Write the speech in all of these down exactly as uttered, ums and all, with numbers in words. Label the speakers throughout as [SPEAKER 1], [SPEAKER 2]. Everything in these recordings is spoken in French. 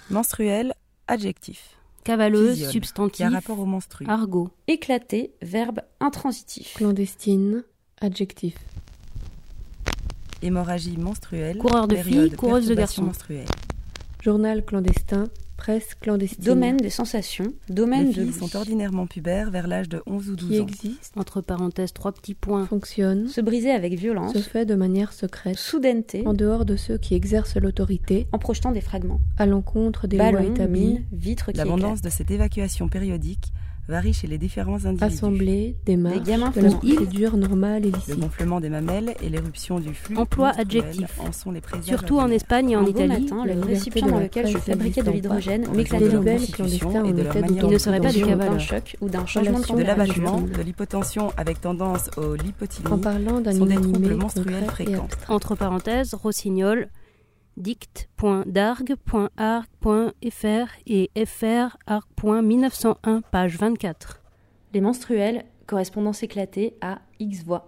[SPEAKER 1] Menstruel, adjectif.
[SPEAKER 2] Cavaleuse,
[SPEAKER 1] Physiole,
[SPEAKER 2] substantif.
[SPEAKER 1] qui a rapport au menstru.
[SPEAKER 2] Argot.
[SPEAKER 3] Éclaté, verbe intransitif.
[SPEAKER 4] Clandestine, adjectif.
[SPEAKER 1] Hémorragie menstruelle.
[SPEAKER 2] Coureur de
[SPEAKER 1] période
[SPEAKER 2] filles, coureuse de
[SPEAKER 1] perturbation
[SPEAKER 2] garçons.
[SPEAKER 1] menstruelle.
[SPEAKER 4] Journal clandestin, presse clandestine.
[SPEAKER 3] Domaine des sensations, domaine
[SPEAKER 1] Les
[SPEAKER 3] de
[SPEAKER 1] filles
[SPEAKER 3] l'ouïe.
[SPEAKER 1] sont ordinairement pubères vers l'âge de onze ou douze
[SPEAKER 4] Qui
[SPEAKER 1] ans.
[SPEAKER 4] existe,
[SPEAKER 2] Entre parenthèses, trois petits points.
[SPEAKER 4] fonctionne,
[SPEAKER 3] Se briser avec violence,
[SPEAKER 4] se fait de manière secrète,
[SPEAKER 3] soudaineté,
[SPEAKER 4] en dehors de ceux qui exercent l'autorité,
[SPEAKER 3] en projetant des fragments.
[SPEAKER 4] à l'encontre des lois
[SPEAKER 3] Ballons,
[SPEAKER 4] établies,
[SPEAKER 3] mines, vitres qui
[SPEAKER 1] L'abondance
[SPEAKER 3] éclatent.
[SPEAKER 1] de cette évacuation périodique varie chez les différents individus.
[SPEAKER 4] assemblée, démarche,
[SPEAKER 3] gamins
[SPEAKER 4] de la
[SPEAKER 3] faisant
[SPEAKER 4] procédure normale et
[SPEAKER 1] Le
[SPEAKER 4] licite.
[SPEAKER 1] gonflement des mamelles et l'éruption du flux
[SPEAKER 2] Emploi
[SPEAKER 1] menstruel
[SPEAKER 2] adjectif.
[SPEAKER 1] en sont les présages
[SPEAKER 2] Surtout en
[SPEAKER 1] à venir.
[SPEAKER 2] Espagne et en
[SPEAKER 3] Un beau
[SPEAKER 2] Italie.
[SPEAKER 3] matin,
[SPEAKER 4] la
[SPEAKER 3] le
[SPEAKER 4] liberté
[SPEAKER 3] récipient
[SPEAKER 4] de
[SPEAKER 3] dans
[SPEAKER 4] la
[SPEAKER 3] lequel je
[SPEAKER 4] presse
[SPEAKER 3] fabriquais de
[SPEAKER 4] n'existant
[SPEAKER 3] l'hydrogène
[SPEAKER 1] pas,
[SPEAKER 3] m'éclatait
[SPEAKER 4] Des
[SPEAKER 1] de
[SPEAKER 3] dans
[SPEAKER 1] leur
[SPEAKER 3] le
[SPEAKER 4] libelles
[SPEAKER 1] constitution
[SPEAKER 4] clandestins
[SPEAKER 1] et de
[SPEAKER 4] ont
[SPEAKER 1] leur
[SPEAKER 4] été
[SPEAKER 1] manière
[SPEAKER 2] Il ne serait pas du
[SPEAKER 3] mesure d'un
[SPEAKER 2] cavale.
[SPEAKER 3] choc ou d'un changement de
[SPEAKER 4] Relation
[SPEAKER 1] de
[SPEAKER 3] température.
[SPEAKER 1] l'abattement,
[SPEAKER 4] température.
[SPEAKER 1] de l'hypotension avec tendance au lipotylie
[SPEAKER 4] En parlant d'un
[SPEAKER 1] sont des
[SPEAKER 4] inanimé
[SPEAKER 1] troubles menstruels
[SPEAKER 4] concret et
[SPEAKER 1] fréquents.
[SPEAKER 4] abstrait.
[SPEAKER 2] Entre parenthèses, rossignol, dict point dargue point arc point f r et fr arc point mille neuf cent un, page vingt-quatre.
[SPEAKER 3] Les menstruels, correspondance éclatée à X voix.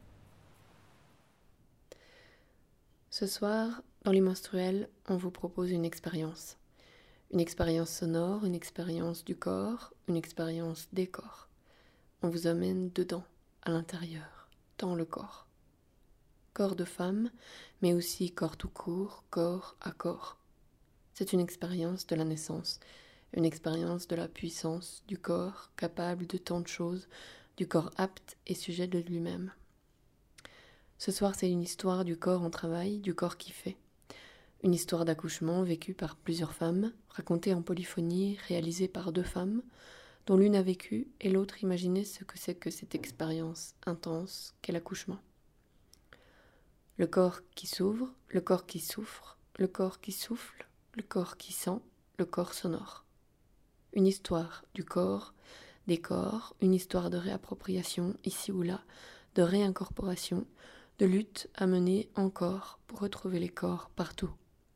[SPEAKER 4] Ce soir, dans les menstruels, on vous propose une expérience. Une expérience sonore, une expérience du corps, une expérience des corps. On vous amène dedans, à l'intérieur, dans le corps. Corps de femme, mais aussi corps tout court, corps à corps. C'est une expérience de la naissance, une expérience de la puissance du corps capable de tant de choses, du corps apte et sujet de lui-même. Ce soir, c'est une histoire du corps en travail, du corps qui fait. Une histoire d'accouchement vécue par plusieurs femmes, racontée en polyphonie, réalisée par deux femmes, dont l'une a vécu et l'autre imaginé ce que c'est que cette expérience intense qu'est l'accouchement. Le corps qui s'ouvre, le corps qui souffre, le corps qui souffle, le corps qui sent, le corps sonore. Une histoire du corps, des corps, une histoire de réappropriation, ici ou là, de réincorporation, de lutte à mener encore pour retrouver les corps partout.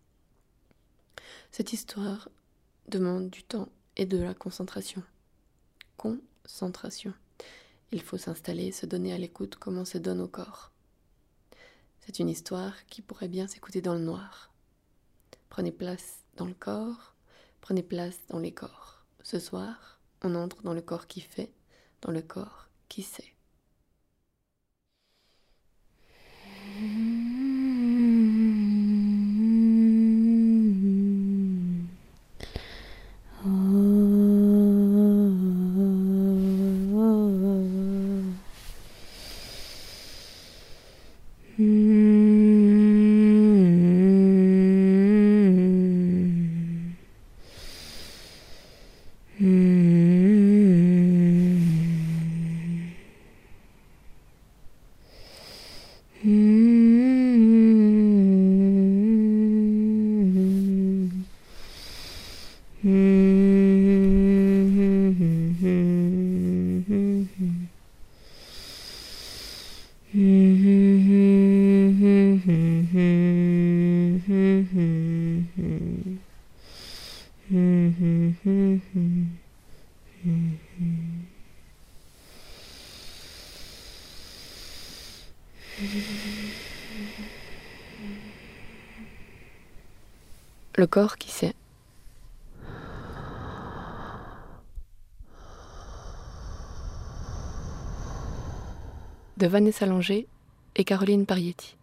[SPEAKER 4] Cette histoire demande du temps et de la concentration. Concentration. Il faut s'installer, se donner à l'écoute comme on se donne au corps. C'est une histoire qui pourrait bien s'écouter dans le noir. Prenez place dans le corps, prenez place dans les corps. Ce soir, on entre dans le corps qui fait, dans le corps qui sait. Le corps qui sait. De Vanessa Langer et Caroline Parietti.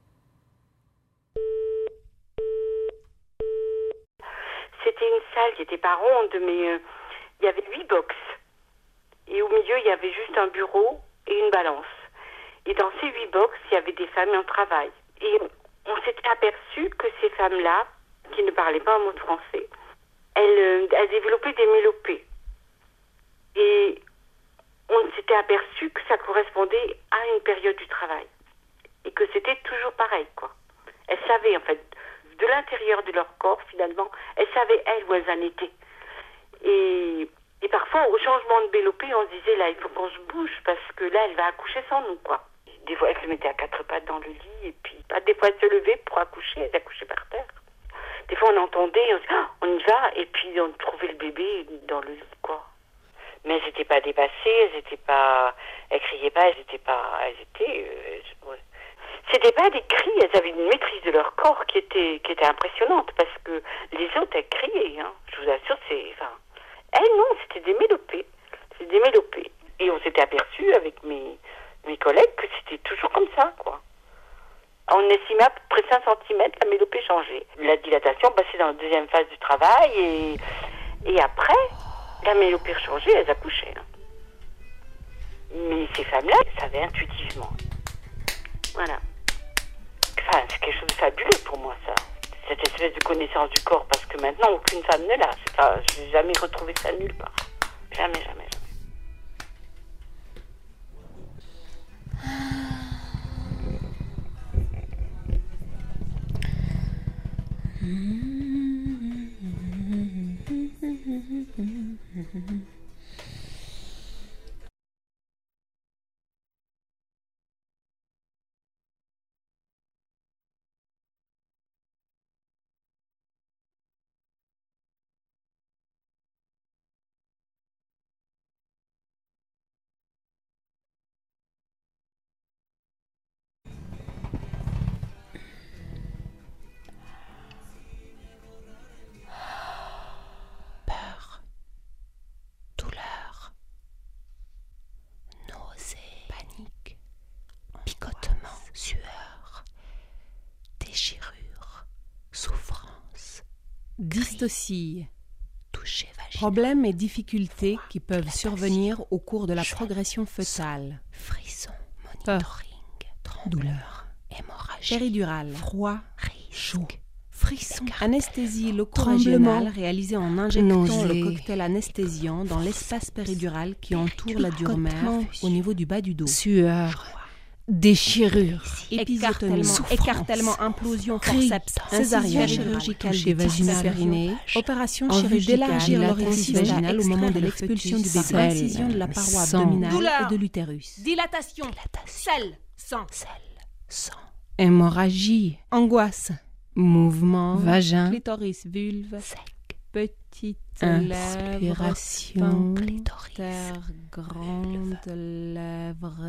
[SPEAKER 5] C'était une salle qui n'était pas ronde, mais euh, il y avait huit box. Et au milieu, il y avait juste un bureau et une balance. Et dans ces huit box, il y avait des femmes en travail. Et on s'était aperçu que ces femmes-là, qui ne parlaient pas un mot de français, elles, euh, elles développaient des mélopées. Et on s'était aperçu que ça correspondait à une période du travail. Et que c'était toujours pareil, quoi. Elles savaient, en fait, de l'intérieur de leur corps, finalement, elles savaient, elles, où elles en étaient. Et, et parfois, au changement de mélopée, on se disait, là, il faut qu'on se bouge, parce que là, elle va accoucher sans nous, quoi. Des fois, elle se mettait à quatre pattes dans le lit, et puis, bah, des fois, elle se levait pour accoucher, elle accouchait par terre. Des fois, on entendait, on se disait, oh, on y va, et puis on trouvait le bébé dans le lit, quoi. Mais elles n'étaient pas dépassées, elles n'étaient pas... Elles criaient pas, elles n'étaient pas... Elles étaient... Euh, ouais. C'était pas des cris, elles avaient une maîtrise de leur corps qui était, qui était impressionnante, parce que les autres, elles criaient, hein. Je vous assure, c'est... Enfin, elles, non, c'était des mélopées. C'était des mélopées. Et on s'était aperçu avec mes, mes collègues que c'était toujours comme ça, quoi. On estimait à peu près cinq centimètres, la mélopée changeait. La dilatation passait dans la deuxième phase du travail, et, et après, la mélopée changeait, elles accouchaient. Hein. Mais ces femmes-là, elles savaient intuitivement. Voilà. Enfin, c'est quelque chose de fabuleux pour moi, ça. Cette espèce de connaissance du corps, parce que maintenant, aucune femme ne l'a. C'est pas, je n'ai jamais retrouvé ça nulle part. Jamais, jamais, jamais.
[SPEAKER 6] Dystocie. Problèmes et difficultés qui peuvent survenir au cours de la progression fœtale. Peur, douleur, péridurale, froid, chaud, frisson, anesthésie locorégionale réalisée en injectant le cocktail anesthésiant dans l'espace péridural qui entoure la dure mère au niveau du bas du dos.
[SPEAKER 2] Sueur. Déchirure,
[SPEAKER 6] épisiotomie, écartèlement, implosion, forceps, césarienne chirurgicale du vaginal périnée, opération chirurgicale d'élargir l'orifice vaginal au moment de l'expulsion du bébé, incision de la paroi abdominale et de l'utérus,
[SPEAKER 2] dilatation, sel, sang,
[SPEAKER 6] sang, hémorragie, angoisse, mouvement, vagin, clitoris, vulve, sec, petite inspiration, lèvres, grande lèvres,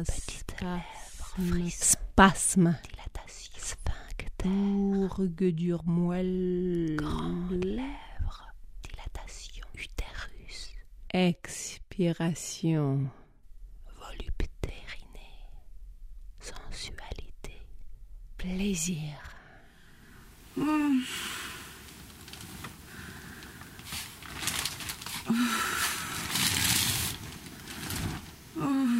[SPEAKER 6] spasme, dilatation, sphincter, bourguedure moelle, grande lèvres, dilatation, utérus, expiration, volupté périnée, sensualité, plaisir. Mmh. Oh. Oh.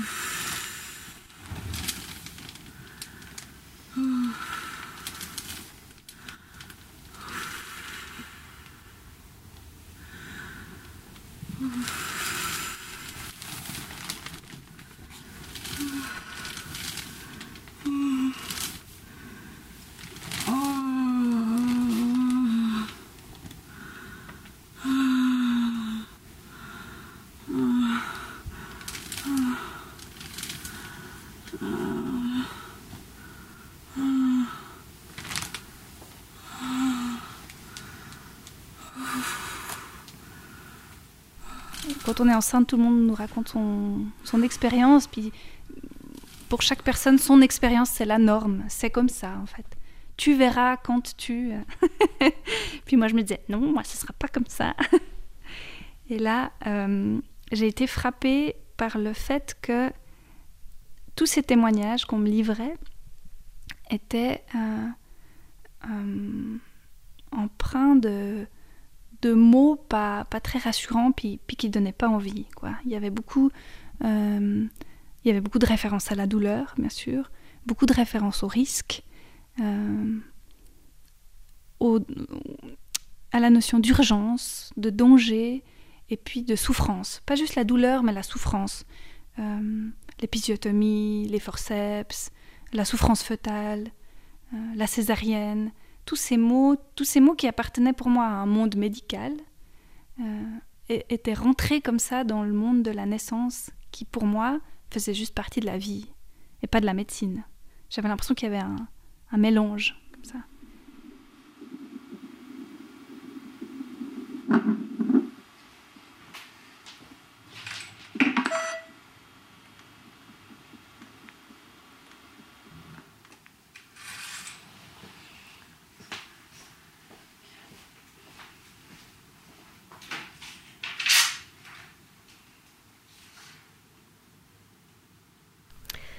[SPEAKER 7] Quand on est enceinte, tout le monde nous raconte son, son expérience. Puis pour chaque personne, son expérience, c'est la norme. C'est comme ça, en fait. Tu verras quand tu... Puis moi, je me disais, non, moi, ce ne sera pas comme ça. Et là, euh, j'ai été frappée par le fait que tous ces témoignages qu'on me livrait étaient euh, euh, empreints de... de mots pas, pas très rassurants, puis, puis qui ne donnaient pas envie, quoi. Il y avait beaucoup, euh, il y avait beaucoup de références à la douleur, bien sûr, beaucoup de références au risque, euh, au, à la notion d'urgence, de danger, et puis de souffrance. Pas juste la douleur, mais la souffrance. Euh, l'épisiotomie, les forceps, la souffrance fœtale, euh, la césarienne... Tous ces mots, tous ces mots qui appartenaient pour moi à un monde médical euh, étaient rentrés comme ça dans le monde de la naissance qui, pour moi, faisait juste partie de la vie et pas de la médecine. J'avais l'impression qu'il y avait un, un mélange comme ça.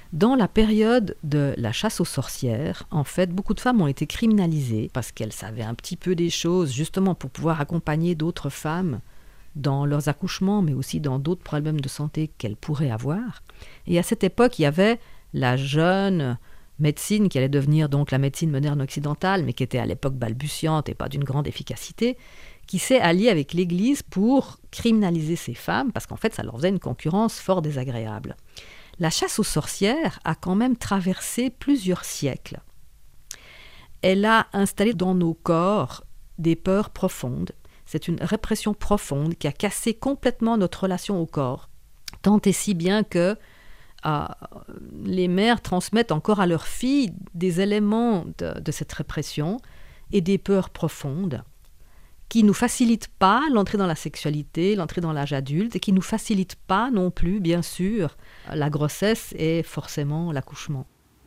[SPEAKER 8] Dans la période de la chasse aux sorcières, en fait, beaucoup de femmes ont été criminalisées parce qu'elles savaient un petit peu des choses, justement pour pouvoir accompagner d'autres femmes dans leurs accouchements, mais aussi dans d'autres problèmes de santé qu'elles pourraient avoir. Et à cette époque, il y avait la jeune médecine qui allait devenir donc la médecine moderne occidentale, mais qui était à l'époque balbutiante et pas d'une grande efficacité, qui s'est alliée avec l'Église pour criminaliser ces femmes, parce qu'en fait, ça leur faisait une concurrence fort désagréable. La chasse aux sorcières a quand même traversé plusieurs siècles. Elle a installé dans nos corps des peurs profondes. C'est une répression profonde qui a cassé complètement notre relation au corps, tant et si bien que euh, les mères transmettent encore à leurs filles des éléments de, de cette répression et des peurs profondes qui ne nous facilitent pas l'entrée dans la sexualité, l'entrée dans l'âge adulte, et qui ne nous facilitent pas non plus, bien sûr, la grossesse et forcément l'accouchement.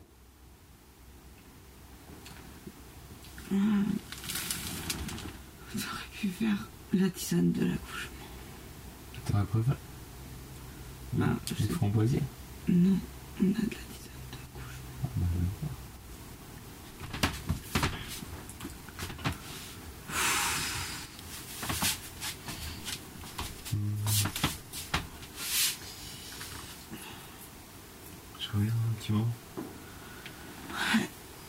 [SPEAKER 1] Mmh. J'aurais pu faire la tisane de l'accouchement.
[SPEAKER 9] T'aurais préféré
[SPEAKER 1] bah,
[SPEAKER 9] du framboisier?
[SPEAKER 1] Non, on a de la tisane d'accouchement.
[SPEAKER 9] Ah, bah, d'accord. Je reviens un petit moment.
[SPEAKER 1] Ouais.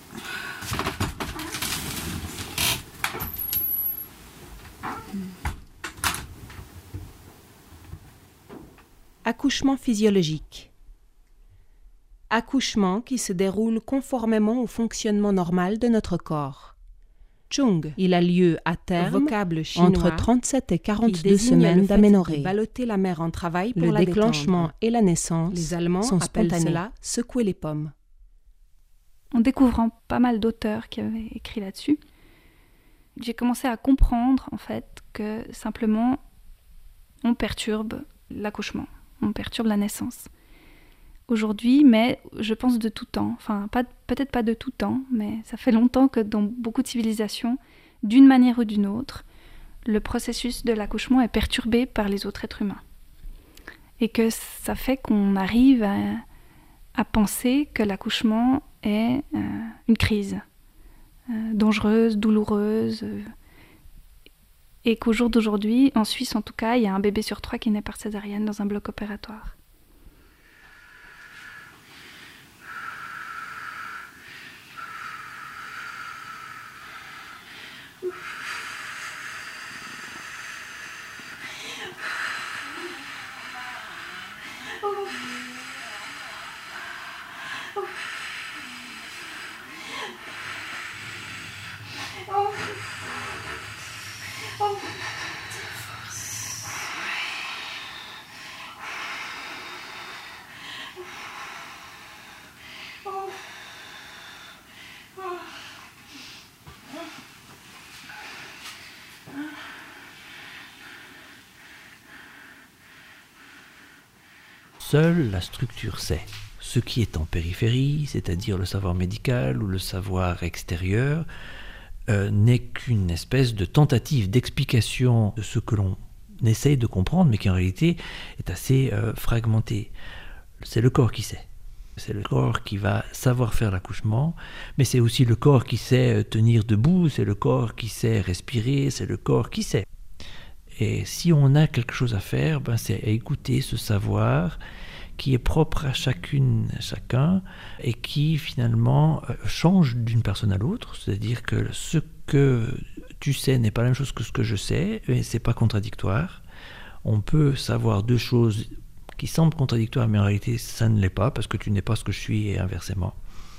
[SPEAKER 6] Accouchement physiologique. Accouchement qui se déroule conformément au fonctionnement normal de notre corps. Chung, il a lieu à terme, vocable chinois, entre trente-sept et quarante-deux semaines d'aménorrhée. Balloter la mère en travail pour le la déclenchement détendre. Et la naissance. Les Allemands sont appellent cela secouer les pommes.
[SPEAKER 7] En découvrant pas mal d'auteurs qui avaient écrit là-dessus, j'ai commencé à comprendre en fait que simplement on perturbe l'accouchement, on perturbe la naissance. Aujourd'hui, mais je pense de tout temps, enfin pas, peut-être pas de tout temps, mais ça fait longtemps que dans beaucoup de civilisations, d'une manière ou d'une autre, le processus de l'accouchement est perturbé par les autres êtres humains. Et que ça fait qu'on arrive à, à penser que l'accouchement est euh, une crise euh, dangereuse, douloureuse, euh, et qu'au jour d'aujourd'hui, en Suisse en tout cas, il y a un bébé sur trois qui naît par césarienne dans un bloc opératoire.
[SPEAKER 9] Seule la structure sait. Ce qui est en périphérie, c'est-à-dire le savoir médical ou le savoir extérieur, euh, n'est qu'une espèce de tentative d'explication de ce que l'on essaye de comprendre, mais qui en réalité est assez euh, fragmenté. C'est le corps qui sait. C'est le corps qui va savoir faire l'accouchement, mais c'est aussi le corps qui sait tenir debout, c'est le corps qui sait respirer, c'est le corps qui sait. Et si on a quelque chose à faire, ben c'est à écouter ce savoir qui est propre à chacune, à chacun, et qui finalement change d'une personne à l'autre. C'est-à-dire que ce que tu sais n'est pas la même chose que ce que je sais, et c'est pas contradictoire. On peut savoir deux choses qui semblent contradictoires, mais en réalité ça ne l'est pas, parce que tu n'es pas ce que je suis, et inversement.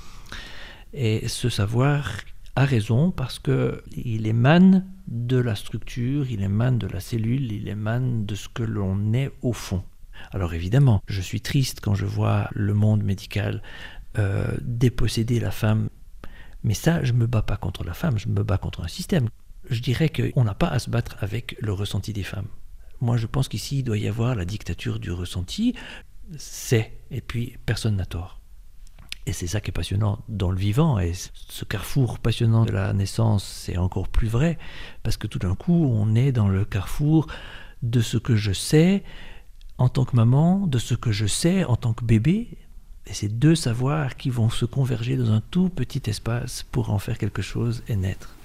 [SPEAKER 9] Et ce savoir a raison, parce qu'il émane de la structure, il émane de la cellule, il émane de ce que l'on est au fond. Alors évidemment, je suis triste quand je vois le monde médical euh, déposséder la femme, mais ça, je ne me bats pas contre la femme, je me bats contre un système. Je dirais qu'on n'a pas à se battre avec le ressenti des femmes. Moi, je pense qu'ici, il doit y avoir la dictature du ressenti, c'est, et puis personne n'a tort. Et c'est ça qui est passionnant dans le vivant, et ce carrefour passionnant de la naissance, c'est encore plus vrai, parce que tout d'un coup, on est dans le carrefour de ce que je sais en tant que maman, de ce que je sais en tant que bébé, Et c'est deux savoirs qui vont se converger dans un tout petit espace pour en faire quelque chose et naître.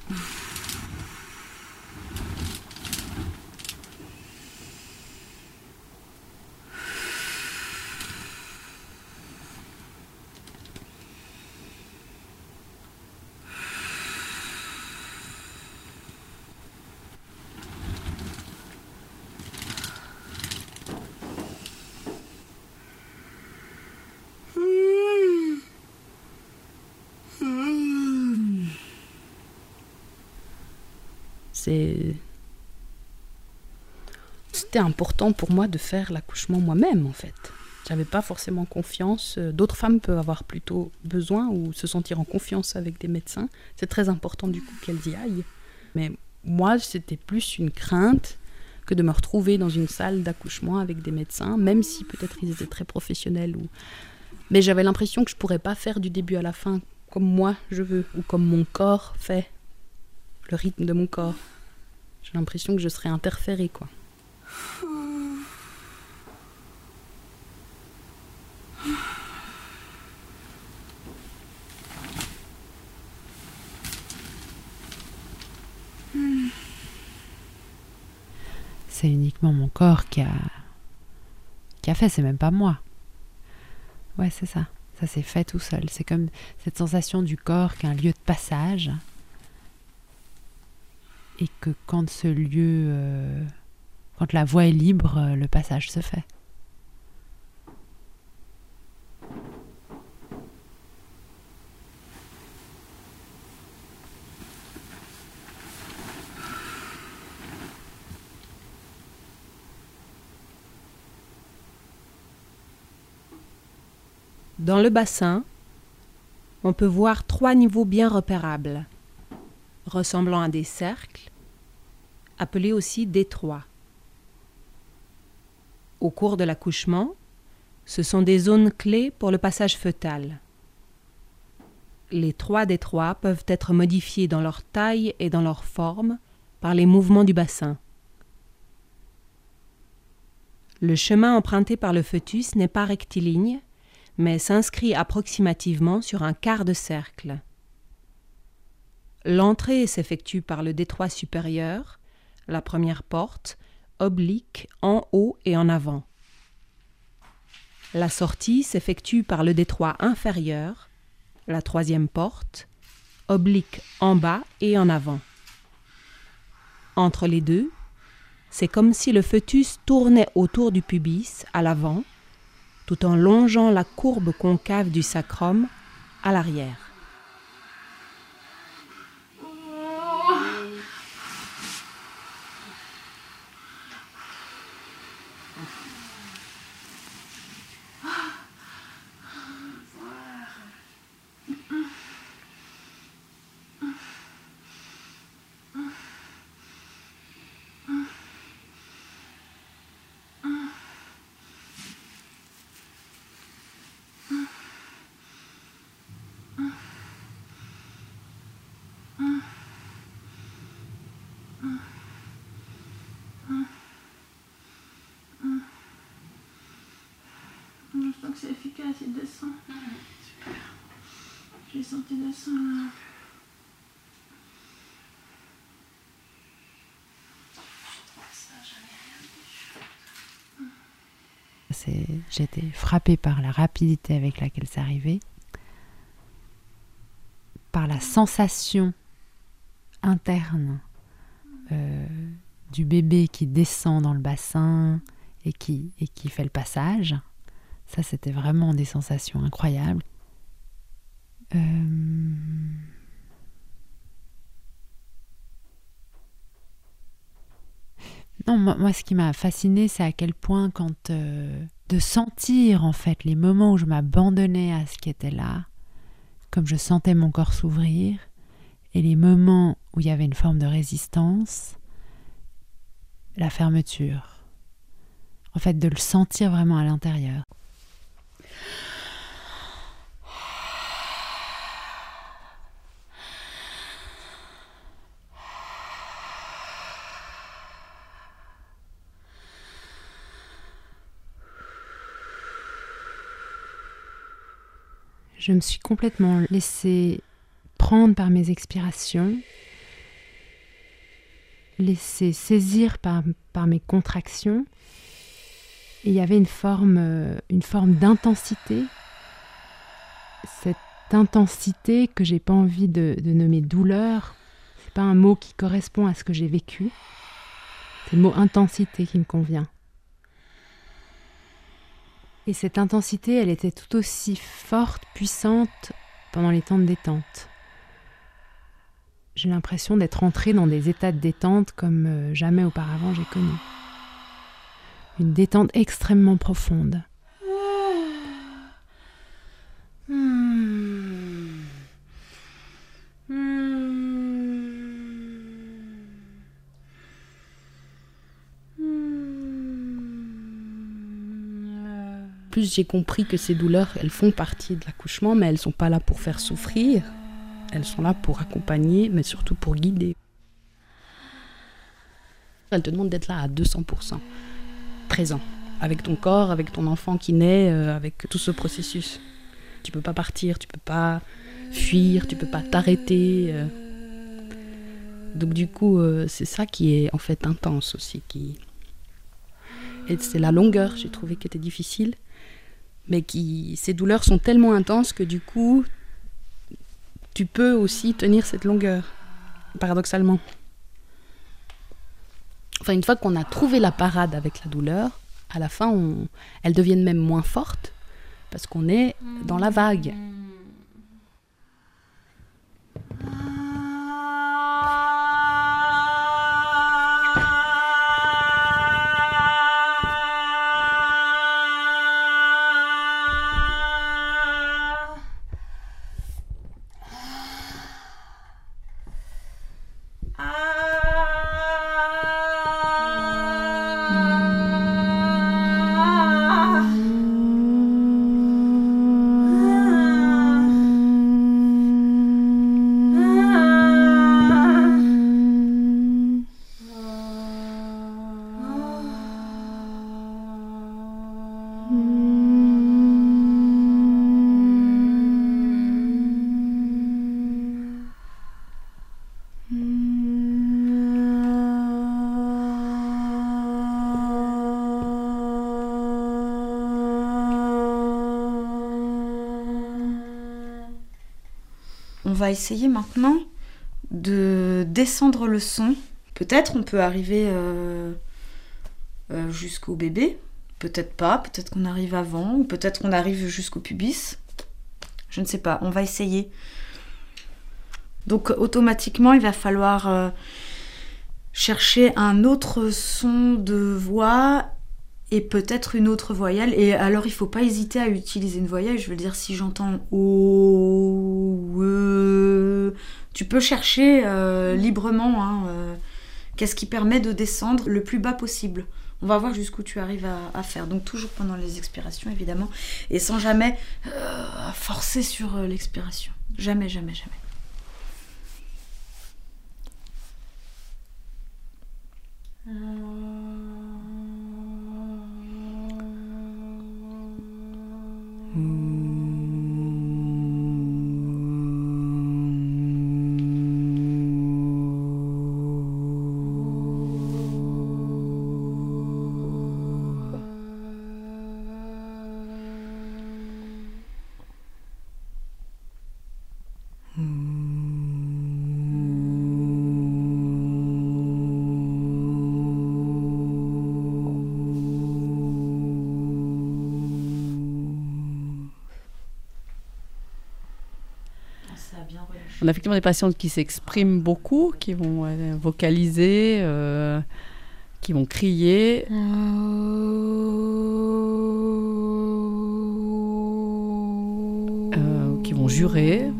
[SPEAKER 10] C'est... C'était important pour moi de faire l'accouchement moi-même, en fait. J'avais pas forcément confiance. D'autres femmes peuvent avoir plutôt besoin ou se sentir en confiance avec des médecins. C'est très important, du coup, qu'elles y aillent. Mais moi, c'était plus une crainte que de me retrouver dans une salle d'accouchement avec des médecins, même si peut-être ils étaient très professionnels. Ou... Mais j'avais l'impression que je pourrais pas faire du début à la fin comme moi je veux, ou comme mon corps fait, le rythme de mon corps. J'ai l'impression que je serais interférée, quoi.
[SPEAKER 11] C'est uniquement mon corps qui a, qui a fait, c'est même pas moi. Ouais, c'est ça. Ça s'est fait tout seul. C'est comme cette sensation du corps qui est un lieu de passage. Et que quand ce lieu, euh, quand la voie est libre, le passage se fait.
[SPEAKER 6] Dans le bassin, on peut voir trois niveaux bien repérables, ressemblant à des cercles, appelés aussi détroits. Au cours de l'accouchement, ce sont des zones clés pour le passage fœtal. Les trois détroits peuvent être modifiés dans leur taille et dans leur forme par les mouvements du bassin. Le chemin emprunté par le fœtus n'est pas rectiligne, mais s'inscrit approximativement sur un quart de cercle. L'entrée s'effectue par le détroit supérieur, la première porte, oblique en haut et en avant. La sortie s'effectue par le détroit inférieur, la troisième porte, oblique en bas et en avant. Entre les deux, c'est comme si le fœtus tournait autour du pubis à l'avant, tout en longeant la courbe concave du sacrum à l'arrière.
[SPEAKER 7] Je sens que c'est efficace, il descend. Mmh, super. J'ai senti descendre là.
[SPEAKER 11] C'est, j'ai été frappée par la rapidité avec laquelle c'est arrivé, par la sensation interne euh, du bébé qui descend dans le bassin et qui, et qui fait le passage. Ça, c'était vraiment des sensations incroyables. Euh... Non, moi, moi, ce qui m'a fascinée, c'est à quel point, quand euh, de sentir en fait les moments où je m'abandonnais à ce qui était là, comme je sentais mon corps s'ouvrir, et les moments où il y avait une forme de résistance, la fermeture. En fait, de le sentir vraiment à l'intérieur. Je me suis complètement laissée prendre par mes expirations, laissée saisir par, par mes contractions. Et il y avait une forme, euh, une forme d'intensité. Cette intensité que j'ai pas envie de, de nommer douleur, c'est pas un mot qui correspond à ce que j'ai vécu. C'est le mot intensité qui me convient. Et cette intensité, elle était tout aussi forte, puissante pendant les temps de détente. J'ai l'impression d'être entrée dans des états de détente comme euh, jamais auparavant j'ai connu. Une détente extrêmement profonde.
[SPEAKER 10] Plus j'ai compris que ces douleurs, elles font partie de l'accouchement, mais elles ne sont pas là pour faire souffrir. Elles sont là pour accompagner, mais surtout pour guider. Elles te demandent d'être là à deux cents pour cent, présent, avec ton corps, avec ton enfant qui naît, euh, avec tout ce processus. Tu peux pas partir, tu peux pas fuir, tu peux pas t'arrêter. Euh. Donc du coup, euh, c'est ça qui est en fait intense aussi. Qui... Et c'est la longueur, j'ai trouvé, qui était difficile. Mais qui, ces douleurs sont tellement intenses que du coup, tu peux aussi tenir cette longueur, paradoxalement. Enfin, une fois qu'on a trouvé la parade avec la douleur, à la fin, on, elles deviennent même moins fortes parce qu'on est dans la vague.
[SPEAKER 12] On va essayer maintenant de descendre le son. Peut-être on peut arriver euh, euh, jusqu'au bébé, peut-être pas, peut-être qu'on arrive avant, ou peut-être qu'on arrive jusqu'au pubis. Je ne sais pas, on va essayer. Donc automatiquement, il va falloir euh, chercher un autre son de voix et peut-être une autre voyelle. Et alors, il ne faut pas hésiter à utiliser une voyelle. Je veux dire, si j'entends O, E, tu peux chercher euh, librement hein, euh, qu'est-ce qui permet de descendre le plus bas possible. On va voir jusqu'où tu arrives à, à faire. Donc toujours pendant les expirations, évidemment. Et sans jamais euh, forcer sur euh, l'expiration. Jamais, jamais, jamais.
[SPEAKER 13] On a effectivement des patientes qui s'expriment beaucoup, qui vont euh, vocaliser, euh, qui vont crier. Euh, qui vont jurer.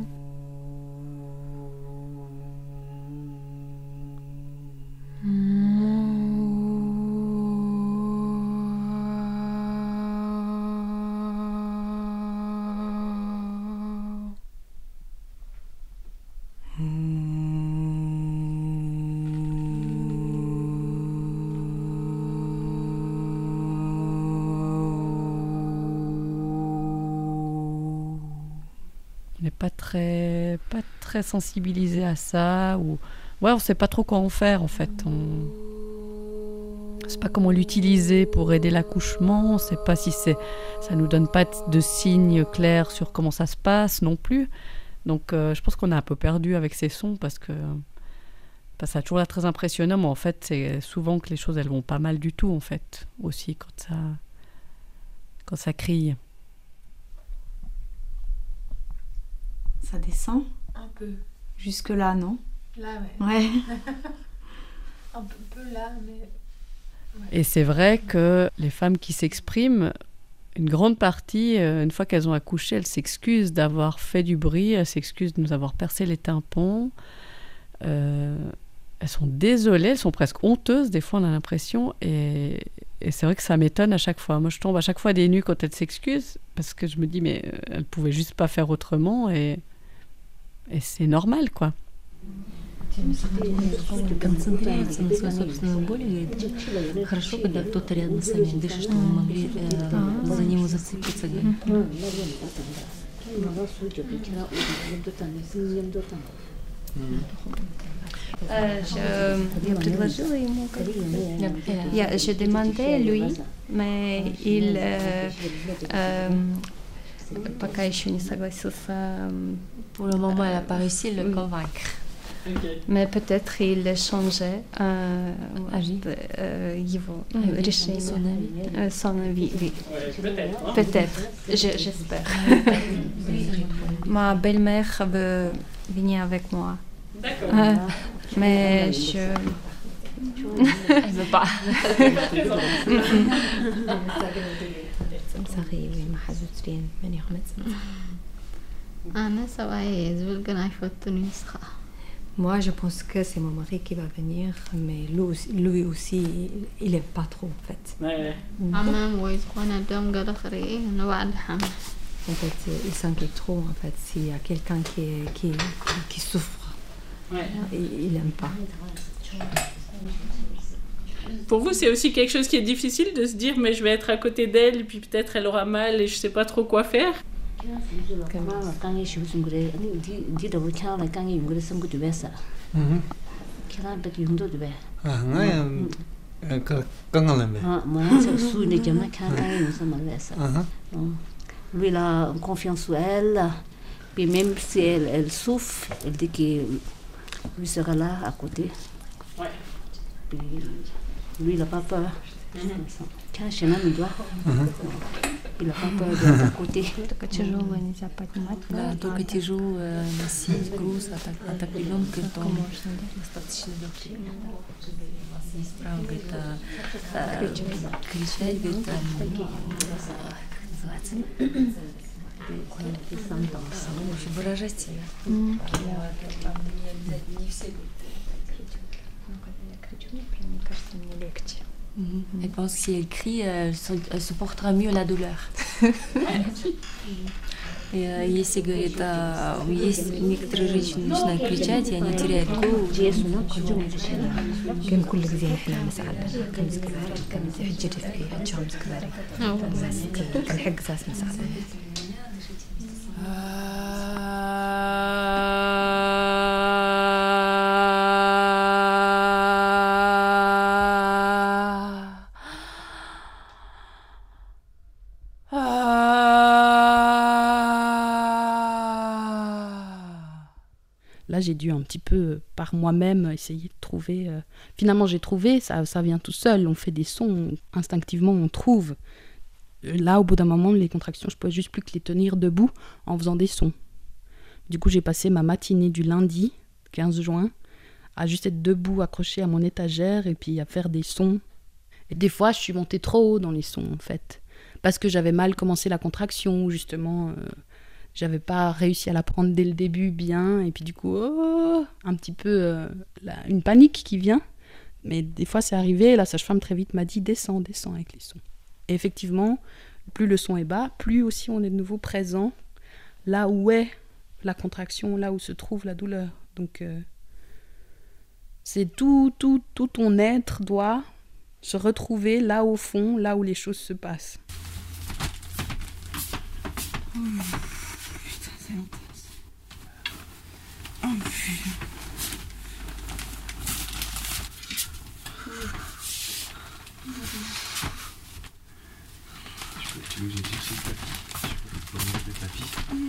[SPEAKER 13] pas très, pas très sensibilisés à ça. Ou... Ouais, on ne sait pas trop quoi en faire, en fait. On ne sait pas comment l'utiliser pour aider l'accouchement. On ne sait pas si c'est... ça ne nous donne pas de signes clairs sur comment ça se passe non plus. Donc, euh, je pense qu'on est un peu perdu avec ces sons parce que, parce que ça a toujours l'air très impressionnant, mais en fait, c'est souvent que les choses, elles vont pas mal du tout, en fait, aussi, quand ça, quand ça crie.
[SPEAKER 12] Ça descend
[SPEAKER 14] un peu.
[SPEAKER 12] Jusque là, non?
[SPEAKER 14] Là,
[SPEAKER 12] ouais.
[SPEAKER 14] Ouais. un peu, peu là, mais... Ouais.
[SPEAKER 13] Et c'est vrai que les femmes qui s'expriment, une grande partie, une fois qu'elles ont accouché, elles s'excusent d'avoir fait du bruit, elles s'excusent de nous avoir percé les tympans. Euh, elles sont désolées, elles sont presque honteuses, des fois on a l'impression, et, et c'est vrai que ça m'étonne à chaque fois. Moi je tombe à chaque fois des nues quand elles s'excusent, parce que je me dis mais elles pouvaient juste pas faire autrement, et, et c'est normal quoi.
[SPEAKER 15] концентрироваться на своей собственной боли, говорит, хорошо, когда кто-то рядом с вами дышит, чтобы мы могли э, за него зацепиться.
[SPEAKER 16] Euh, je предложила ему, я, je demandais lui, mais il euh, euh, пока еще не согласился.
[SPEAKER 3] Pour le moment, elle n'a pas réussi à le convaincre.
[SPEAKER 16] Mais peut-être il changeait euh, euh, его решение.
[SPEAKER 3] Son avis.
[SPEAKER 16] Euh, son avis, oui.
[SPEAKER 3] Peut-être.
[SPEAKER 16] Peut-être, je, j'espère. Ma belle-mère veut venir avec moi.
[SPEAKER 14] D'accord.
[SPEAKER 16] Euh, mais je...
[SPEAKER 3] Elle veut pas.
[SPEAKER 15] Moi, je pense que c'est mon mari qui va venir, mais lui aussi, lui aussi il n'aime pas trop, en fait.
[SPEAKER 14] Ouais.
[SPEAKER 15] En fait, il s'inquiète trop, en fait. S'il y a quelqu'un qui, qui, qui souffre,
[SPEAKER 14] ouais.
[SPEAKER 15] il n'aime pas.
[SPEAKER 14] Pour vous, c'est aussi quelque chose qui est difficile de se dire mais je vais être à côté d'elle, puis peut-être elle aura mal et je ne sais pas trop quoi faire.
[SPEAKER 17] Lui, il a confiance en elle. Puis même si elle, elle souffre, elle dit que lui sera là à côté.
[SPEAKER 14] Ouais.
[SPEAKER 17] Puis lui, il n'a pas peur. Quand je n'ai pas il n'a pas peur d'être à côté.
[SPEAKER 16] Только тяжелое нельзя поднимать.
[SPEAKER 3] Да, только тяжелое носить груз, а так, а так ребенка то достаточно легкий. Справа, говорит, а, кричать, говорит, там, как называется? Выражать себя.
[SPEAKER 16] Mm.
[SPEAKER 3] Не все
[SPEAKER 16] Мне кажется, мне легче.
[SPEAKER 3] Mm-hmm. Elle pense que si elle crie, elle, elle supportera mieux la douleur. И если, говорит, есть некоторые женщины начинают кричать, и они теряют голову.
[SPEAKER 15] كان كل ጊዜ نحنا مساعدة كان زكباري كان زي حجري في حجهم زكباري كان حق ساس مساعدة.
[SPEAKER 10] Là, j'ai dû un petit peu, par moi-même, essayer de trouver... Euh... Finalement, j'ai trouvé, ça, ça vient tout seul. On fait des sons, instinctivement, on trouve. Là, au bout d'un moment, les contractions, je ne pouvais juste plus que les tenir debout en faisant des sons. Du coup, j'ai passé ma matinée du lundi, quinze juin, à juste être debout, accroché à mon étagère, et puis à faire des sons. Et des fois, je suis montée trop haut dans les sons, en fait. Parce que j'avais mal commencé la contraction, ou justement... Euh... J'avais pas réussi à la prendre dès le début bien, et puis du coup, oh, un petit peu euh, la, une panique qui vient. Mais des fois, c'est arrivé, la sage-femme très vite m'a dit « descends, descends avec les sons ». Et effectivement, plus le son est bas, plus aussi on est de nouveau présent là où est la contraction, là où se trouve la douleur. Donc, euh, c'est tout, tout, tout ton être doit se retrouver là au fond, là où les choses se passent.
[SPEAKER 18] Tu veux que j'exerce le tapis? Je peux mettre le tapis.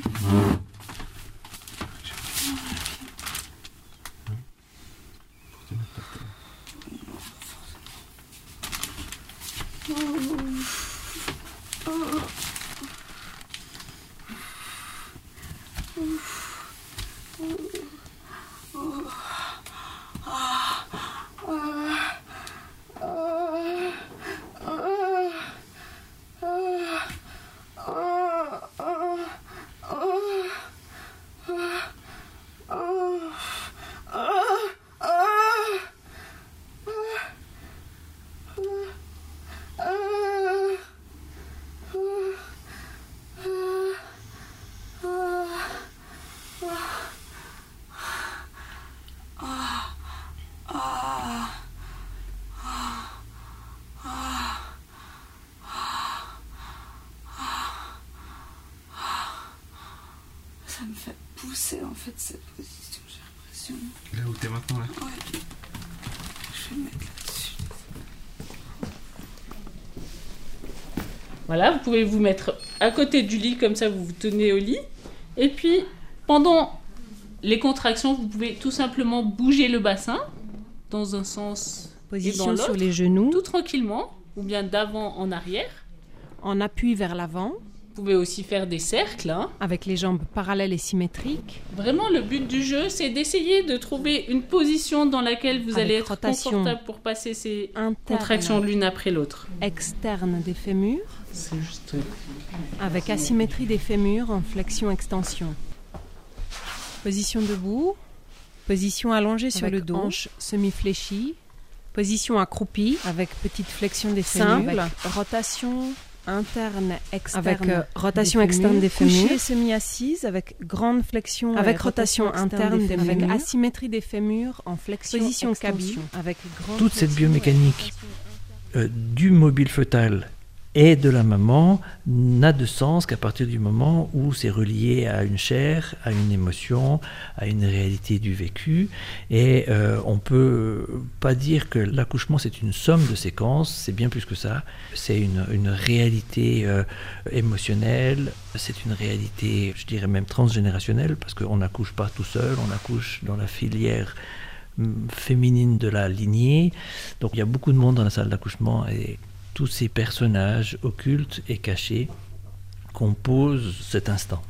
[SPEAKER 18] Pour te mettre par terre.
[SPEAKER 19] Ça me fait pousser en fait cette position, j'ai l'impression.
[SPEAKER 18] Là où t'es maintenant là?
[SPEAKER 19] Ouais. Je vais me mettre là-dessus.
[SPEAKER 14] Voilà, vous pouvez vous mettre à côté du lit, comme ça vous vous tenez au lit. Et puis, pendant les contractions, vous pouvez tout simplement bouger le bassin dans un sens
[SPEAKER 6] Position
[SPEAKER 14] et dans l'autre,
[SPEAKER 6] sur les genoux.
[SPEAKER 14] tout tranquillement, ou bien d'avant en arrière.
[SPEAKER 6] En appui vers l'avant.
[SPEAKER 14] Vous pouvez aussi faire des cercles. Hein.
[SPEAKER 6] Avec les jambes parallèles et symétriques.
[SPEAKER 14] Vraiment, le but du jeu, c'est d'essayer de trouver une position dans laquelle vous
[SPEAKER 6] Avec
[SPEAKER 14] allez être
[SPEAKER 6] rotation
[SPEAKER 14] confortable pour passer ces
[SPEAKER 6] interne,
[SPEAKER 14] contractions l'une après l'autre.
[SPEAKER 6] Externe des fémurs.
[SPEAKER 14] C'est juste...
[SPEAKER 6] Avec asymétrie des fémurs en flexion-extension. Position debout. Position allongée sur
[SPEAKER 8] Avec
[SPEAKER 6] le dos.
[SPEAKER 8] hanche
[SPEAKER 6] semi-fléchie. Position accroupie. Avec petite flexion des fémurs.
[SPEAKER 8] Simple.
[SPEAKER 6] Avec rotation interne, externe.
[SPEAKER 8] Avec, euh,
[SPEAKER 6] rotation
[SPEAKER 8] des
[SPEAKER 6] externe
[SPEAKER 8] fémurs.
[SPEAKER 6] des fémurs.
[SPEAKER 8] Couchée,
[SPEAKER 6] semi-assise avec grande flexion.
[SPEAKER 8] Avec
[SPEAKER 6] et rotation
[SPEAKER 8] rotation
[SPEAKER 6] interne des
[SPEAKER 8] externe des
[SPEAKER 6] fémurs. Avec
[SPEAKER 8] fémurs.
[SPEAKER 6] asymétrie des fémurs en flexion. Position cabine. Avec grande
[SPEAKER 9] Toute cette
[SPEAKER 6] flexion et
[SPEAKER 9] biomécanique euh, du mobile fœtal et de la maman n'a de sens qu'à partir du moment où c'est relié à une chair, à une émotion, à une réalité du vécu. Et euh, on peut pas dire que l'accouchement c'est une somme de séquences, c'est bien plus que ça. C'est une, une réalité euh, émotionnelle, c'est une réalité, je dirais même transgénérationnelle, parce qu'on n'accouche pas tout seul, on accouche dans la filière féminine de la lignée. Donc il y a beaucoup de monde dans la salle d'accouchement et tous ces personnages occultes et cachés composent cet instant.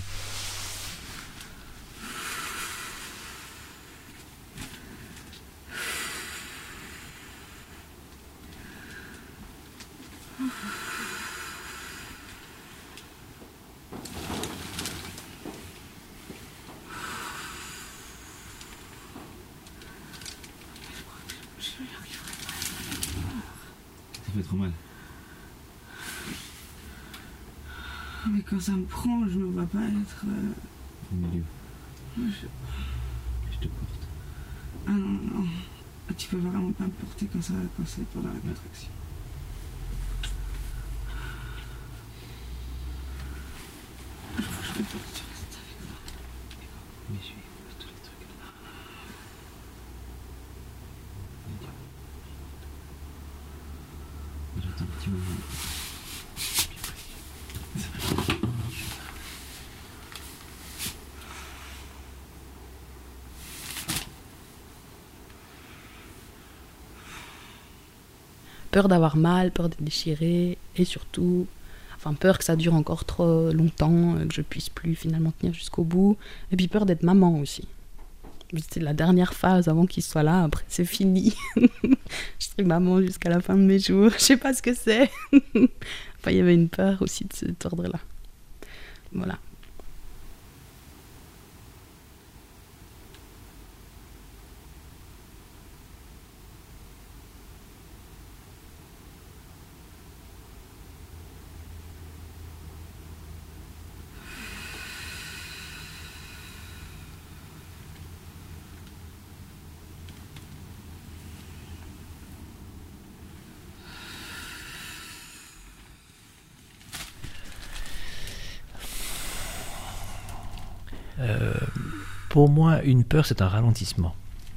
[SPEAKER 19] Ça fait trop mal. Mais quand ça me prend, je ne vois pas être... Euh...
[SPEAKER 18] Au milieu.
[SPEAKER 19] Je...
[SPEAKER 18] Je te porte.
[SPEAKER 19] Ah non, non. Tu peux vraiment pas me porter quand, ça, quand c'est pendant la contraction. Je crois que je peux pas que tu restes avec moi.
[SPEAKER 18] Mais je vais tous les trucs. J'attends un petit moment.
[SPEAKER 10] Peur d'avoir mal, peur d'être déchirée, et surtout, enfin peur que ça dure encore trop longtemps, que je puisse plus finalement tenir jusqu'au bout, et puis peur d'être maman aussi. C'était la dernière phase avant qu'il soit là, après c'est fini. Je serai maman jusqu'à la fin de mes jours, je sais pas ce que c'est. Enfin, il y avait une peur aussi de cet ordre-là. Voilà.
[SPEAKER 9] Pour moi, une peur, c'est un ralentissement.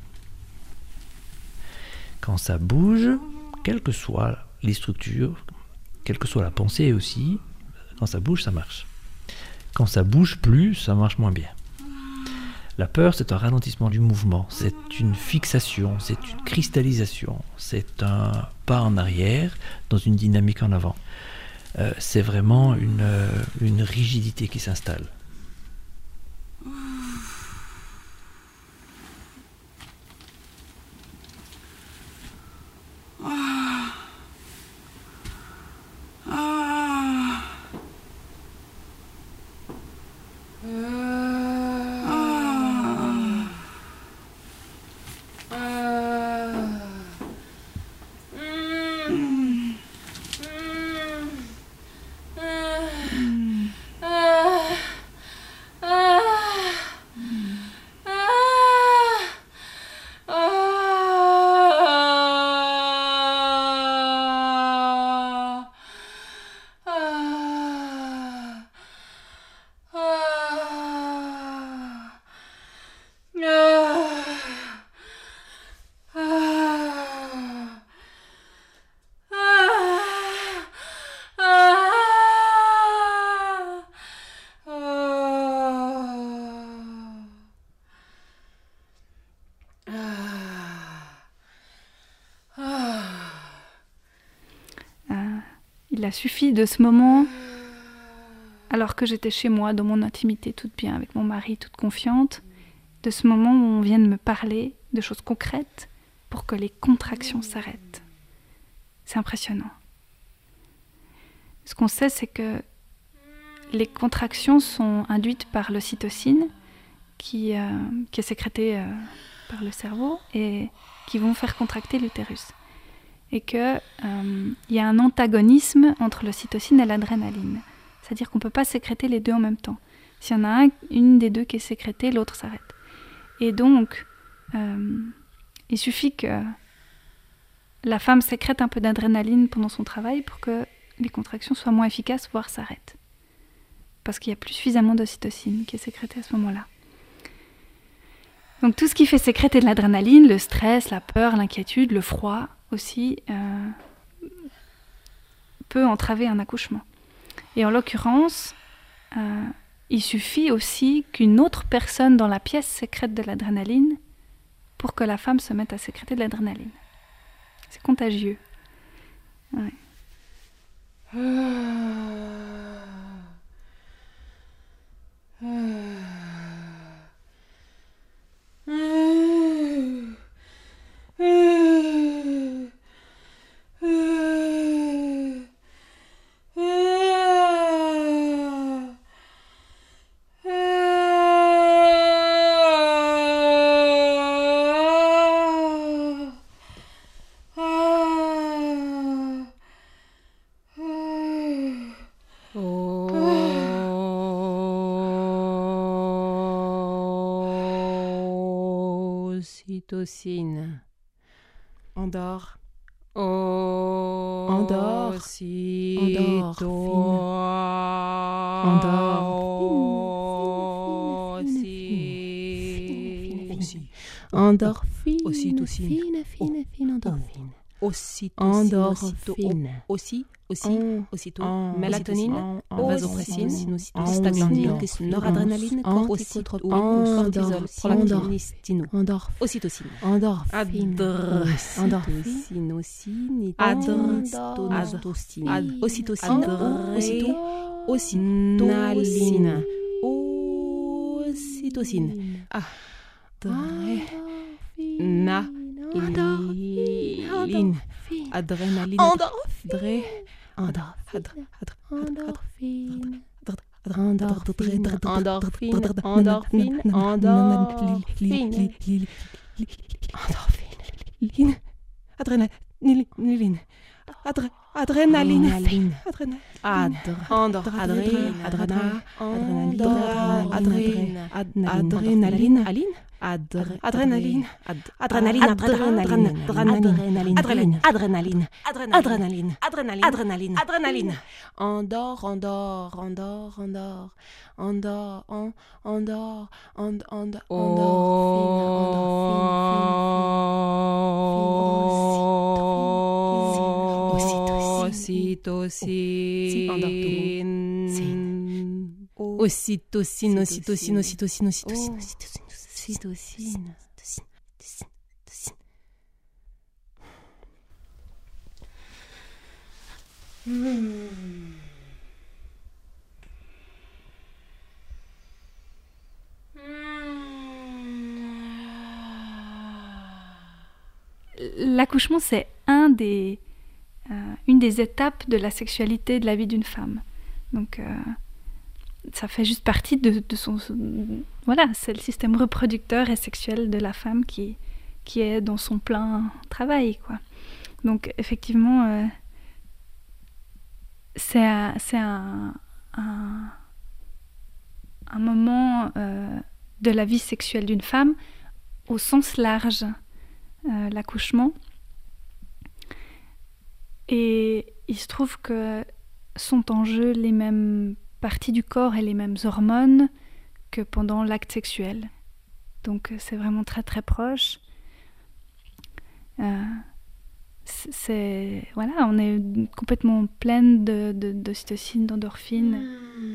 [SPEAKER 9] Quand ça bouge, quelles que soient les structures, quelle que soit la pensée aussi, quand ça bouge, ça marche. Quand ça bouge plus, ça marche moins bien. La peur, c'est un ralentissement du mouvement, c'est une fixation, c'est une cristallisation, c'est un pas en arrière dans une dynamique en avant. Euh, c'est vraiment une, euh, une rigidité qui s'installe.
[SPEAKER 7] Il a suffi de ce moment, alors que j'étais chez moi, dans mon intimité, toute bien, avec mon mari, toute confiante, de ce moment où on vient de me parler de choses concrètes pour que les contractions s'arrêtent. C'est impressionnant. Ce qu'on sait, c'est que les contractions sont induites par l'ocytocine, qui, euh, qui est sécrétée euh, par le cerveau, et qui vont faire contracter l'utérus. Et qu'il euh, y a un antagonisme entre l'ocytocine et l'adrénaline. C'est-à-dire qu'on ne peut pas sécréter les deux en même temps. S'il y en a un, une des deux qui est sécrétée, l'autre s'arrête. Et donc, euh, il suffit que la femme sécrète un peu d'adrénaline pendant son travail pour que les contractions soient moins efficaces, voire s'arrêtent. Parce qu'il n'y a plus suffisamment d'ocytocine qui est sécrétée à ce moment-là. Donc tout ce qui fait sécréter de l'adrénaline, le stress, la peur, l'inquiétude, le froid aussi, euh, peut entraver un accouchement. Et en l'occurrence, euh, il suffit aussi qu'une autre personne dans la pièce sécrète de l'adrénaline pour que la femme se mette à sécréter de l'adrénaline. C'est contagieux. Ouais.
[SPEAKER 6] Ocytocine. Endors. Oh. Endors. Endors. Endors. Endorphine. Ocytocine. Fine, fine, fine, endorphine. Ocytocine. Endorphine. Aussi, aussi, aussitôt. Mélatonine, vasopressine, prostaglandine, noradrénaline, corticotropine, cortisol, prolactinine, ocytocine. Endorphine. Endorphine aussi. Adostostine. Ocytocine. Aussitôt. Ocytocine. Ocytocine. Ah. Adrénaline. Adrénaline. Endorphine. Endorphine. Endorphine. Endorphine. Endorphine. Endorphine. Endorphine. Adrénaline. Adre, adrénaline.
[SPEAKER 1] Adrénaline.
[SPEAKER 6] Adrénaline.
[SPEAKER 1] Adre.
[SPEAKER 6] Andor.
[SPEAKER 1] Adré-
[SPEAKER 6] Adrénaline.
[SPEAKER 1] Adrénaline.
[SPEAKER 6] Andor.
[SPEAKER 1] Adrénaline.
[SPEAKER 6] Adrénaline.
[SPEAKER 1] Adrénaline.
[SPEAKER 6] Aline.
[SPEAKER 1] Adr-
[SPEAKER 6] Adrénaline.
[SPEAKER 1] Ad-
[SPEAKER 6] Adrénaline.
[SPEAKER 1] Adrénaline. Adrénaline.
[SPEAKER 6] Adrénaline.
[SPEAKER 1] Adrénaline.
[SPEAKER 6] Adrénaline.
[SPEAKER 1] Adrénaline.
[SPEAKER 6] Adrénaline. Adrénaline. Adrénaline. Andor, andor, andor, andor. Andor, on, andor, and, and, Ocytocine. Ocytocine, ocytocine, ocytocine, ocytocine, ocytocine.
[SPEAKER 7] L'accouchement, c'est un des, euh, une des étapes de la sexualité de la vie d'une femme. Donc, euh, ça fait juste partie de, de son... Voilà, c'est le système reproducteur et sexuel de la femme qui, qui est dans son plein travail, quoi. Donc, effectivement, euh, c'est un, c'est un, un, un moment euh, de la vie sexuelle d'une femme au sens large. Euh, l'accouchement. Et il se trouve que sont en jeu les mêmes parties du corps et les mêmes hormones que pendant l'acte sexuel. Donc c'est vraiment très très proche. Euh, c'est, voilà, on est complètement pleine de, de, d'ocytocine, d'endorphine.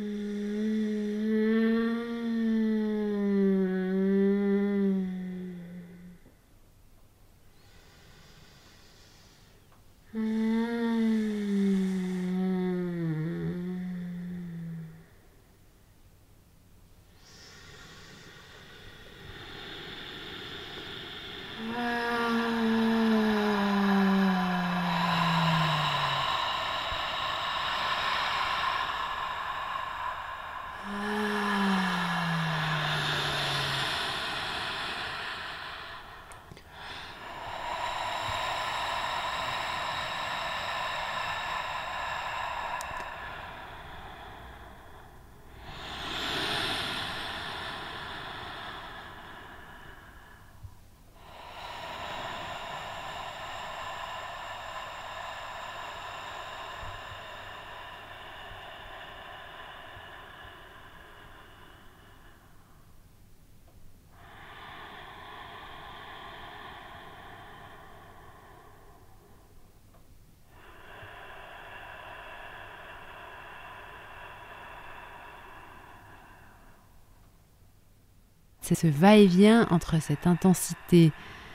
[SPEAKER 11] C'est ce va-et-vient entre cette intensité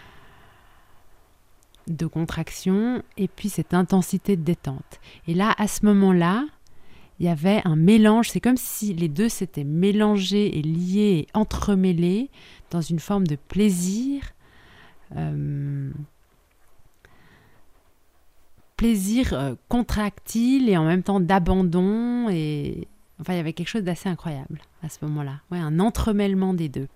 [SPEAKER 11] de contraction et puis cette intensité de détente. Et là, à ce moment-là, il y avait un mélange. C'est comme si les deux s'étaient mélangés et liés et entremêlés dans une forme de plaisir. Euh, plaisir euh, contractile et en même temps d'abandon. Et enfin, il y avait quelque chose d'assez incroyable à ce moment-là. Ouais, un entremêlement des deux.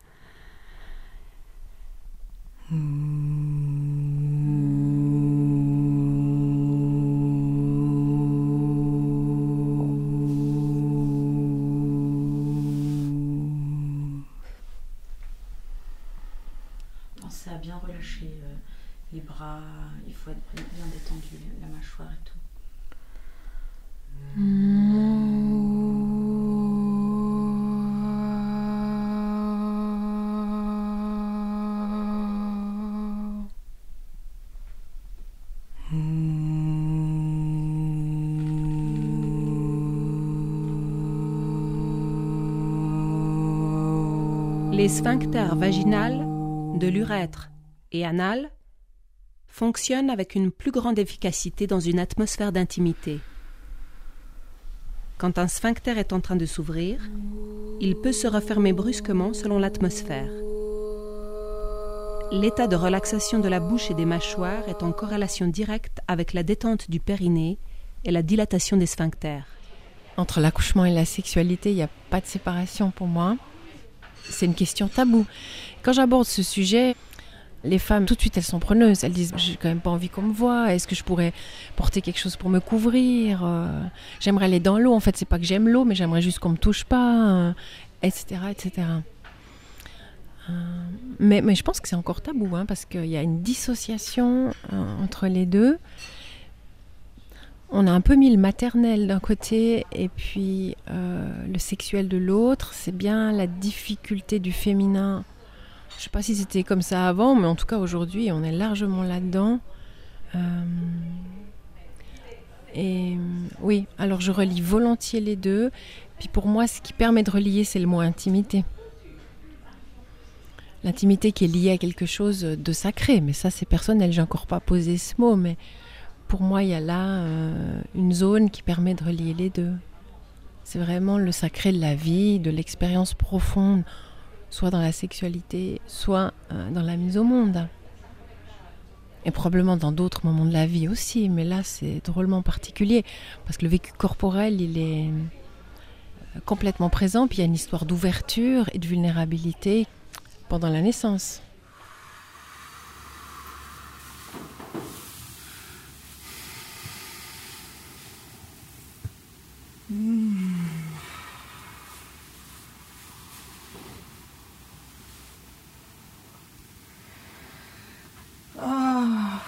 [SPEAKER 12] Pensez à bien relâcher euh, les bras, il faut être bien détendu, la mâchoire et tout.
[SPEAKER 6] Les sphincters vaginales, de l'urètre et anal fonctionnent avec une plus grande efficacité dans une atmosphère d'intimité. Quand un sphincter est en train de s'ouvrir, il peut se refermer brusquement selon l'atmosphère. L'état de relaxation de la bouche et des mâchoires est en corrélation directe avec la détente du périnée et la dilatation des sphincters.
[SPEAKER 20] Entre l'accouchement et la sexualité, il n'y a pas de séparation pour moi. C'est une question taboue. Quand j'aborde ce sujet, Les femmes, tout de suite, elles sont preneuses. Elles disent, j'ai quand même pas envie qu'on me voie. Est-ce que je pourrais porter quelque chose pour me couvrir ? euh, J'aimerais aller dans l'eau. En fait, c'est pas que j'aime l'eau, mais j'aimerais juste qu'on me touche pas, euh, et cetera, et cetera. Euh, mais, mais je pense que c'est encore tabou, hein, parce qu'il y a une dissociation euh, entre les deux. On a un peu mis le maternel d'un côté et puis euh, le sexuel de l'autre. C'est bien la difficulté du féminin. Je ne sais pas si c'était comme ça avant, mais en tout cas aujourd'hui, on est largement là-dedans. Euh, et oui, alors je relie volontiers les deux. Puis pour moi, ce qui permet de relier, c'est le mot intimité. L'intimité qui est liée à quelque chose de sacré. Mais ça, c'est personnel. J'ai encore pas posé ce mot, mais pour moi, il y a là euh, une zone qui permet de relier les deux. C'est vraiment le sacré de la vie, de l'expérience profonde, soit dans la sexualité, soit euh, dans la mise au monde. Et probablement dans d'autres moments de la vie aussi, mais là c'est drôlement particulier, parce que le vécu corporel, il est complètement présent, puis il y a une histoire d'ouverture et de vulnérabilité pendant la naissance.
[SPEAKER 19] Mmh. Ah.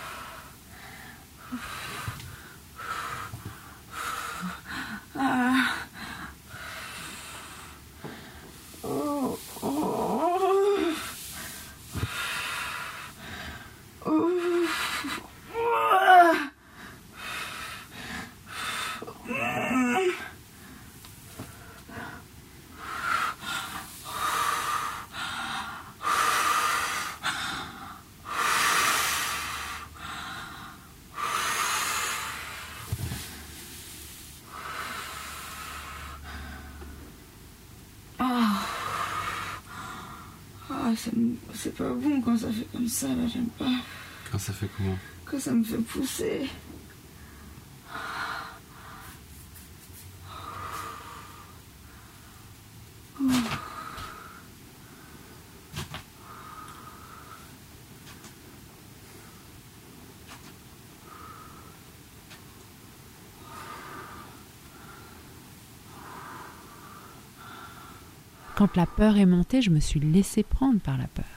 [SPEAKER 19] Ah. Oh. Oh. Oh. C'est pas bon quand ça fait comme ça, là, j'aime pas.
[SPEAKER 18] Quand ça fait comment ?
[SPEAKER 19] Quand ça me fait pousser. Oh.
[SPEAKER 11] Quand la peur est montée, je me suis laissée prendre par la peur.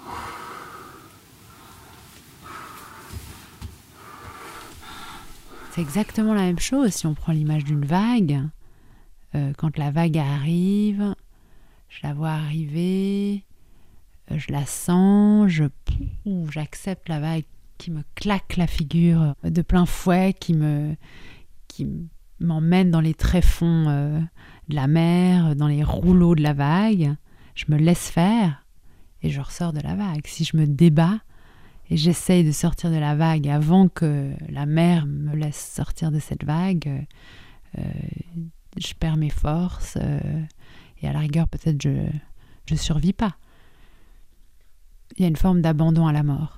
[SPEAKER 11] C'est exactement la même chose si on prend l'image d'une vague. Euh, quand la vague arrive, je la vois arriver, euh, je la sens, je, pouf, j'accepte la vague qui me claque la figure de plein fouet, qui me, qui m'emmène dans les tréfonds euh, de la mer, dans les rouleaux de la vague. Je me laisse faire et je ressors de la vague. Si je me débat et j'essaye de sortir de la vague avant que la mer me laisse sortir de cette vague, euh, je perds mes forces euh, et à la rigueur peut-être je je survis pas. Il y a une forme d'abandon à la mort.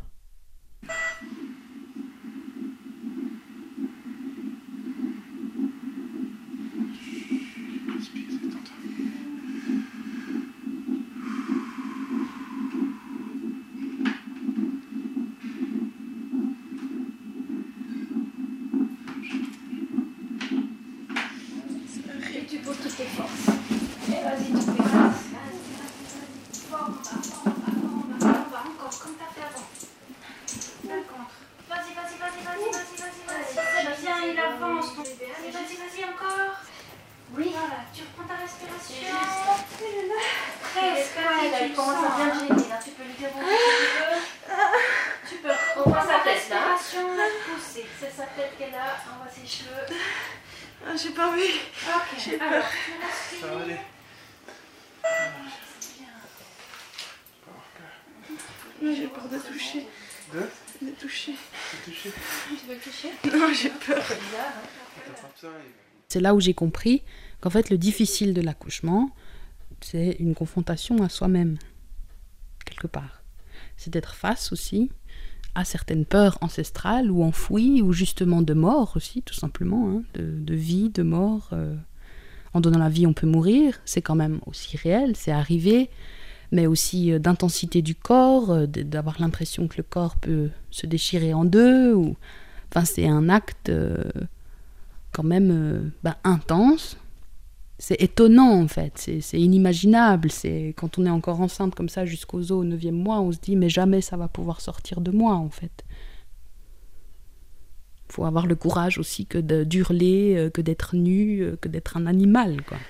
[SPEAKER 19] J'ai peur de toucher. De De toucher. De toucher. Tu veux le toucher ? Non, j'ai peur.
[SPEAKER 10] C'est là où j'ai compris qu'en fait, le difficile de l'accouchement, c'est une confrontation à soi-même, quelque part. C'est d'être face aussi à certaines peurs ancestrales ou enfouies, ou justement de mort aussi, tout simplement, hein, de, de vie, de mort. Euh, en donnant la vie, on peut mourir, c'est quand même aussi réel, c'est arrivé. mais aussi d'intensité du corps, d'avoir l'impression que le corps peut se déchirer en deux. Ou... Enfin, c'est un acte euh, quand même euh, bah, intense. C'est étonnant en fait, c'est, c'est inimaginable. C'est, quand on est encore enceinte comme ça jusqu'aux os au neuvième mois, on se dit mais jamais ça va pouvoir sortir de moi en fait. Il faut avoir le courage aussi que de, d'hurler, euh, que d'être nu, euh, que d'être un animal, quoi.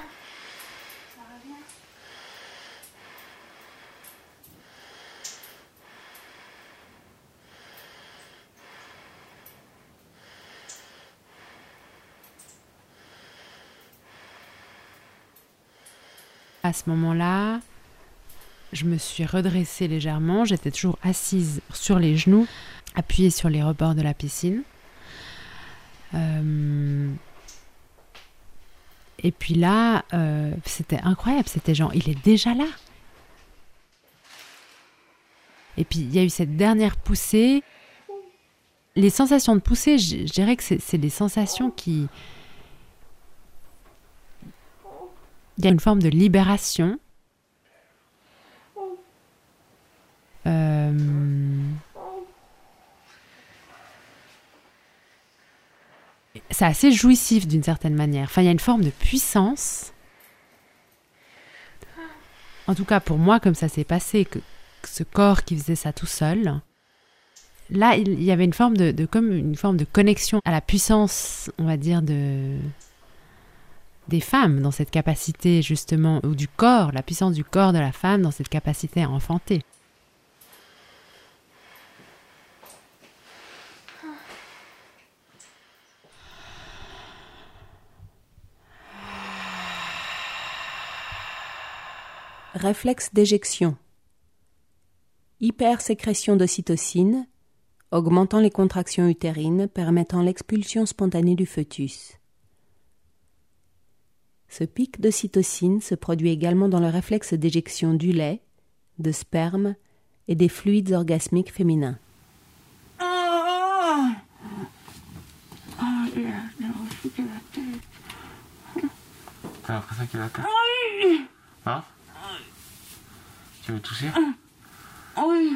[SPEAKER 11] À ce moment-là, je me suis redressée légèrement. J'étais toujours assise sur les genoux, appuyée sur les rebords de la piscine. Euh... Et puis là, euh, c'était incroyable. C'était genre, il est déjà là. Et puis, il y a eu cette dernière poussée. Les sensations de poussée, je, je dirais que c'est, c'est des sensations qui... Il y a une forme de libération. Euh... C'est assez jouissif d'une certaine manière. Enfin, il y a une forme de puissance. En tout cas, pour moi, comme ça s'est passé, que, que ce corps qui faisait ça tout seul. Là, il y avait une forme de, de, comme une forme de connexion à la puissance, on va dire, de... des femmes dans cette capacité justement, ou du corps, la puissance du corps de la femme dans cette capacité à enfanter.
[SPEAKER 6] Réflexe d'éjection. Hypersécrétion d'ocytocine, augmentant les contractions utérines, permettant l'expulsion spontanée du fœtus. Ce pic d'ocytocine se produit également dans le réflexe d'éjection du lait, de sperme et des fluides orgasmiques féminins.
[SPEAKER 18] T'as l'impression qu'il a la tête? Hein? Tu veux toucher?
[SPEAKER 19] Oui.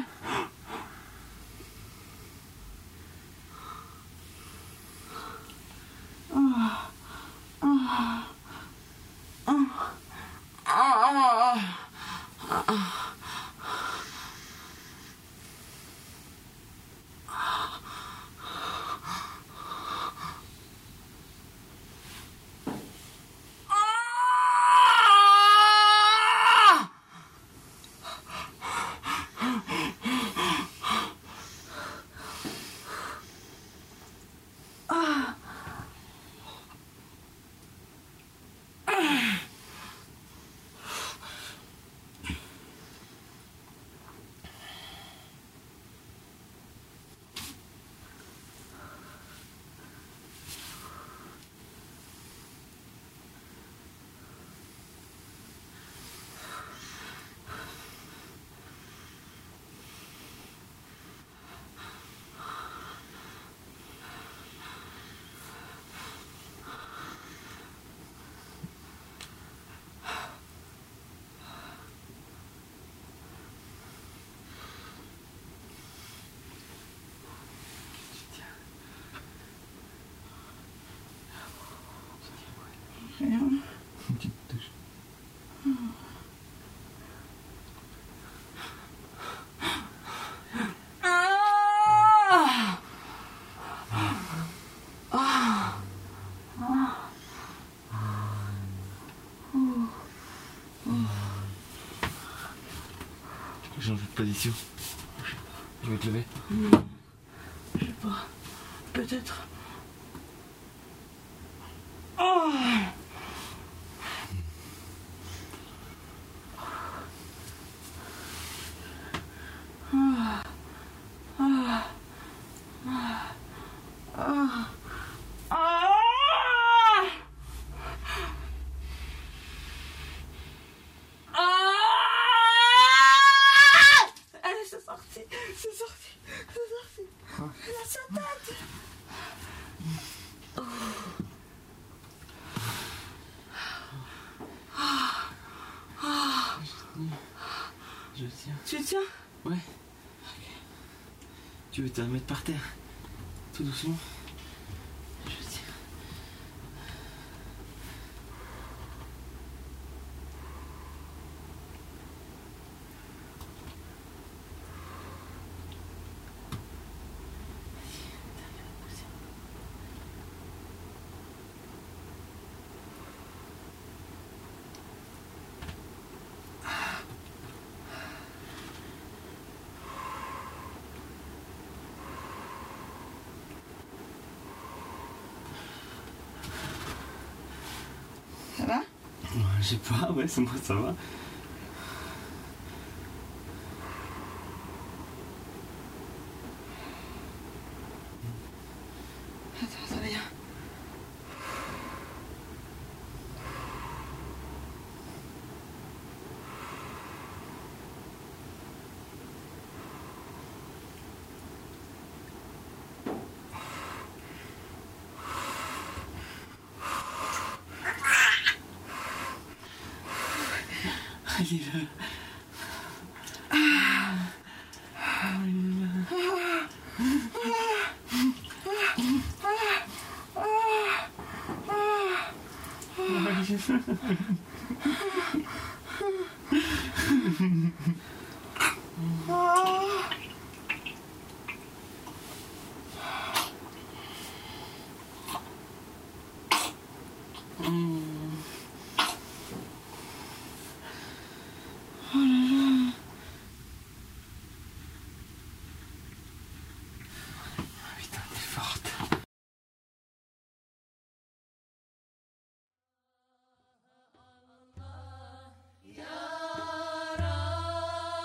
[SPEAKER 18] Une petite touche. J'ai envie de position. Je vais te lever.
[SPEAKER 19] Je sais pas. Peut-être. Oh. C'est sorti, c'est sorti, c'est sorti. Elle a sa tête. Oh. Ah. Ah.
[SPEAKER 18] Tu le tiens? Ouais. Tu veux te la mettre par terre? Tout doucement. Je tiens.
[SPEAKER 19] Ça va?
[SPEAKER 18] Je sais pas, ouais, c'est moi, ça va.
[SPEAKER 19] Attends, ça vient.
[SPEAKER 18] Il est là. Ah. Oh, il est là. Putain, t'es forte.
[SPEAKER 21] Ya Rab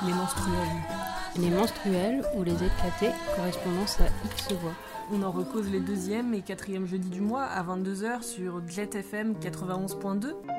[SPEAKER 21] les menstruels.
[SPEAKER 2] Les menstruels ou les éclatés, correspondance à X voix.
[SPEAKER 21] On en recose les deuxième et quatrième jeudis du mois à vingt-deux heures sur Jet F M quatre-vingt-onze point deux.